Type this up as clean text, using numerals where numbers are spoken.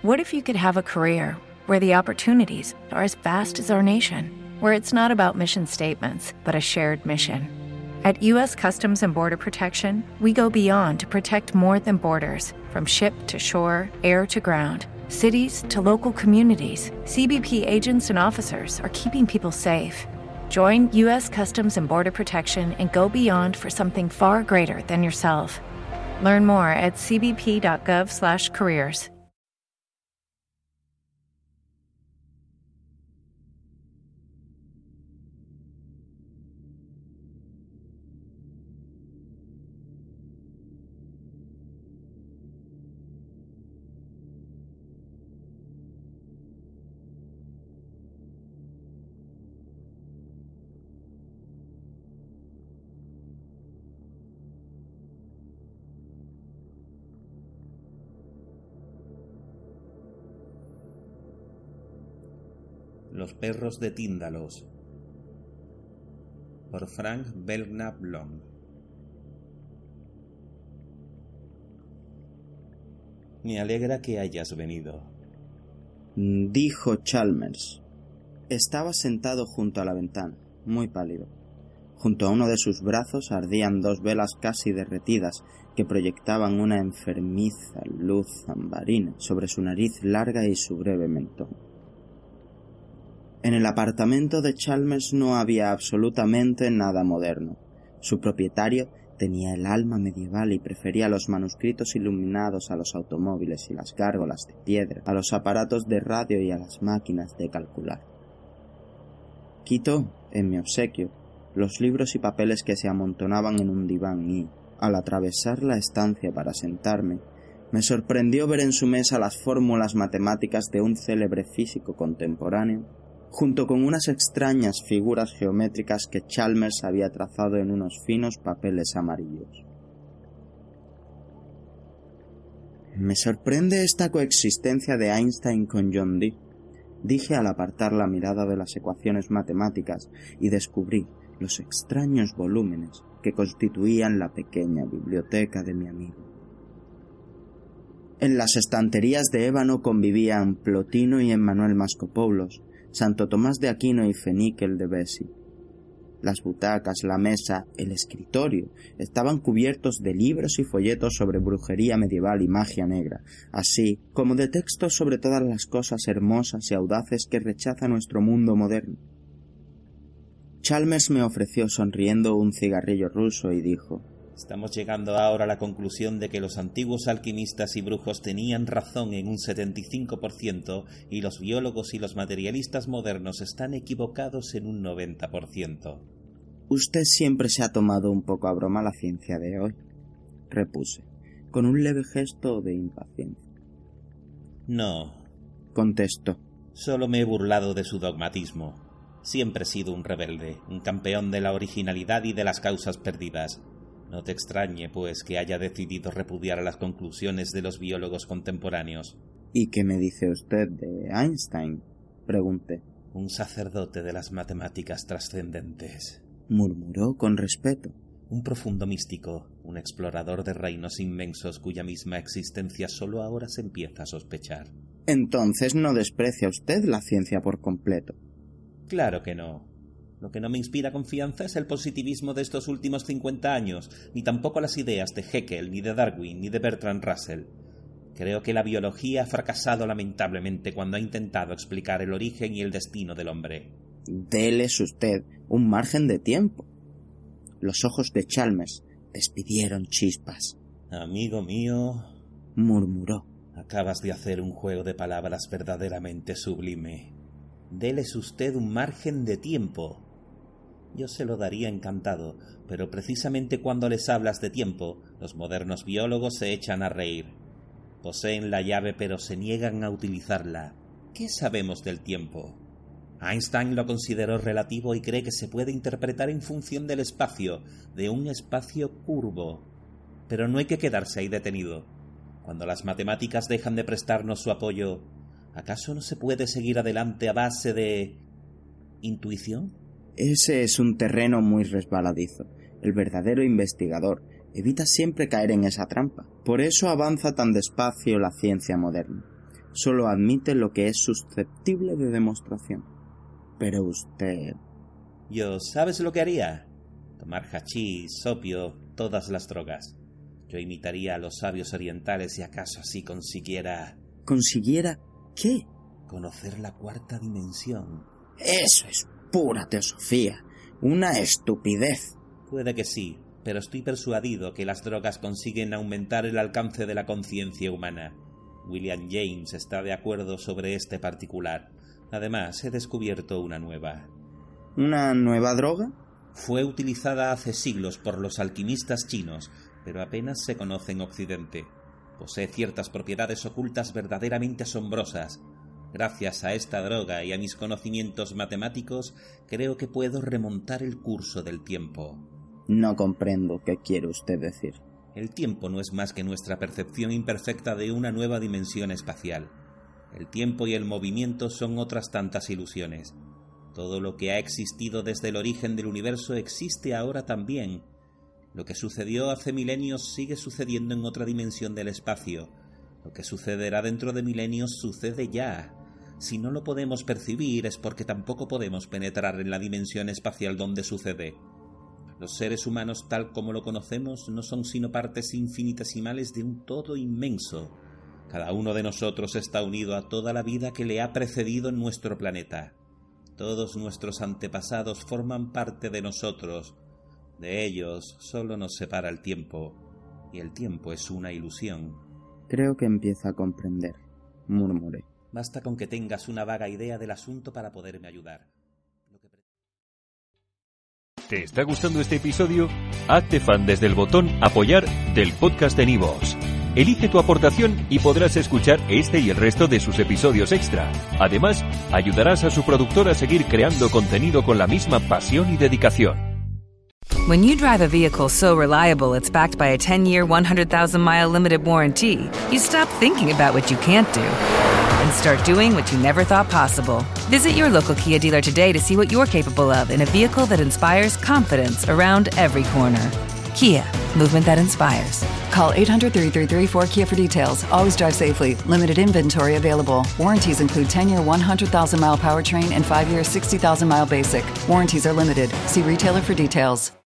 What if you could have a career where the opportunities are as vast as our nation, where it's not about mission statements, but a shared mission? At U.S. Customs and Border Protection, we go beyond to protect more than borders. From ship to shore, air to ground, cities to local communities, CBP agents and officers are keeping people safe. Join U.S. Customs and Border Protection and go beyond for something far greater than yourself. Learn more at cbp.gov/careers. Los perros de Tíndalos, por Frank Belknap Long. Me alegra que hayas venido, dijo Chalmers. Estaba sentado junto a la ventana, muy pálido. Junto a uno de sus brazos ardían dos velas casi derretidas que proyectaban una enfermiza luz ambarina sobre su nariz larga y su breve mentón. En el apartamento de Chalmers no había absolutamente nada moderno. Su propietario tenía el alma medieval y prefería los manuscritos iluminados a los automóviles y las gárgolas de piedra, a los aparatos de radio y a las máquinas de calcular. Quitó, en mi obsequio, los libros y papeles que se amontonaban en un diván y, al atravesar la estancia para sentarme, me sorprendió ver en su mesa las fórmulas matemáticas de un célebre físico contemporáneo, junto con unas extrañas figuras geométricas que Chalmers había trazado en unos finos papeles amarillos. Me sorprende esta coexistencia de Einstein con John Dee, dije al apartar la mirada de las ecuaciones matemáticas y descubrí los extraños volúmenes que constituían la pequeña biblioteca de mi amigo. En las estanterías de ébano convivían Plotino y Emmanuel Mascopoulos, Santo Tomás de Aquino y Feníquel de Bessy. Las butacas, la mesa, el escritorio estaban cubiertos de libros y folletos sobre brujería medieval y magia negra, así como de textos sobre todas las cosas hermosas y audaces que rechaza nuestro mundo moderno. Chalmers me ofreció sonriendo un cigarrillo ruso y dijo: Estamos llegando ahora a la conclusión de que los antiguos alquimistas y brujos tenían razón en un 75% y los biólogos y los materialistas modernos están equivocados en un 90%. Usted siempre se ha tomado un poco a broma la ciencia de hoy, repuse, con un leve gesto de impaciencia. No, contestó. Solo me he burlado de su dogmatismo. Siempre he sido un rebelde, un campeón de la originalidad y de las causas perdidas. No te extrañe, pues, que haya decidido repudiar las conclusiones de los biólogos contemporáneos. ¿Y qué me dice usted de Einstein?, pregunté. Un sacerdote de las matemáticas trascendentes, murmuró con respeto. Un profundo místico, un explorador de reinos inmensos cuya misma existencia solo ahora se empieza a sospechar. Entonces no desprecia usted la ciencia por completo. Claro que no. Lo que no me inspira confianza es el positivismo de estos últimos 50 años, ni tampoco las ideas de Haeckel, ni de Darwin, ni de Bertrand Russell. Creo que la biología ha fracasado lamentablemente cuando ha intentado explicar el origen y el destino del hombre. Déles usted un margen de tiempo. Los ojos de Chalmers despidieron chispas. Amigo mío, murmuró, acabas de hacer un juego de palabras verdaderamente sublime. Déles usted un margen de tiempo. Yo se lo daría encantado, pero precisamente cuando les hablas de tiempo, los modernos biólogos se echan a reír. Poseen la llave pero se niegan a utilizarla. ¿Qué sabemos del tiempo? Einstein lo consideró relativo y cree que se puede interpretar en función del espacio, de un espacio curvo. Pero no hay que quedarse ahí detenido. Cuando las matemáticas dejan de prestarnos su apoyo, ¿acaso no se puede seguir adelante a base de intuición? Ese es un terreno muy resbaladizo. El verdadero investigador evita siempre caer en esa trampa. Por eso avanza tan despacio la ciencia moderna. solo admite lo que es susceptible de demostración. Pero usted... Yo, ¿sabes lo que haría? Tomar hachís, opio, todas las drogas. Yo imitaría a los sabios orientales y acaso así consiguiera... ¿Consiguiera qué? Conocer la cuarta dimensión. Eso es pura teosofía, una estupidez. Puede que sí, pero estoy persuadido que las drogas consiguen aumentar el alcance de la conciencia humana. William James está de acuerdo sobre este particular. Además, he descubierto una nueva. ¿Una nueva droga? Fue utilizada hace siglos por los alquimistas chinos, pero apenas se conoce en Occidente. Posee ciertas propiedades ocultas verdaderamente asombrosas. Gracias a esta droga y a mis conocimientos matemáticos, creo que puedo remontar el curso del tiempo. No comprendo qué quiere usted decir. El tiempo no es más que nuestra percepción imperfecta de una nueva dimensión espacial. El tiempo y el movimiento son otras tantas ilusiones. Todo lo que ha existido desde el origen del universo existe ahora también. Lo que sucedió hace milenios sigue sucediendo en otra dimensión del espacio. Lo que sucederá dentro de milenios sucede ya. Si no lo podemos percibir es porque tampoco podemos penetrar en la dimensión espacial donde sucede. Los seres humanos tal como lo conocemos no son sino partes infinitesimales de un todo inmenso. Cada uno de nosotros está unido a toda la vida que le ha precedido en nuestro planeta. Todos nuestros antepasados forman parte de nosotros. De ellos solo nos separa el tiempo, y el tiempo es una ilusión. Creo que empieza a comprender, murmuré. Basta con que tengas una vaga idea del asunto para poderme ayudar. ¿Te está gustando este episodio? Hazte fan desde el botón Apoyar del podcast de Nivos. Elige tu aportación y podrás escuchar este y el resto de sus episodios extra. Además, ayudarás a su productor a seguir creando contenido con la misma pasión y dedicación. When you drive a vehicle so reliable it's backed by a 10-year, 100,000-mile limited warranty, you stop thinking about what you can't do and start doing what you never thought possible. Visit your local Kia dealer today to see what you're capable of in a vehicle that inspires confidence around every corner. Kia, movement that inspires. Call 800-333-4KIA for details. Always drive safely. Limited inventory available. Warranties include 10-year 100,000-mile powertrain and 5-year 60,000-mile basic. Warranties are limited. See retailer for details.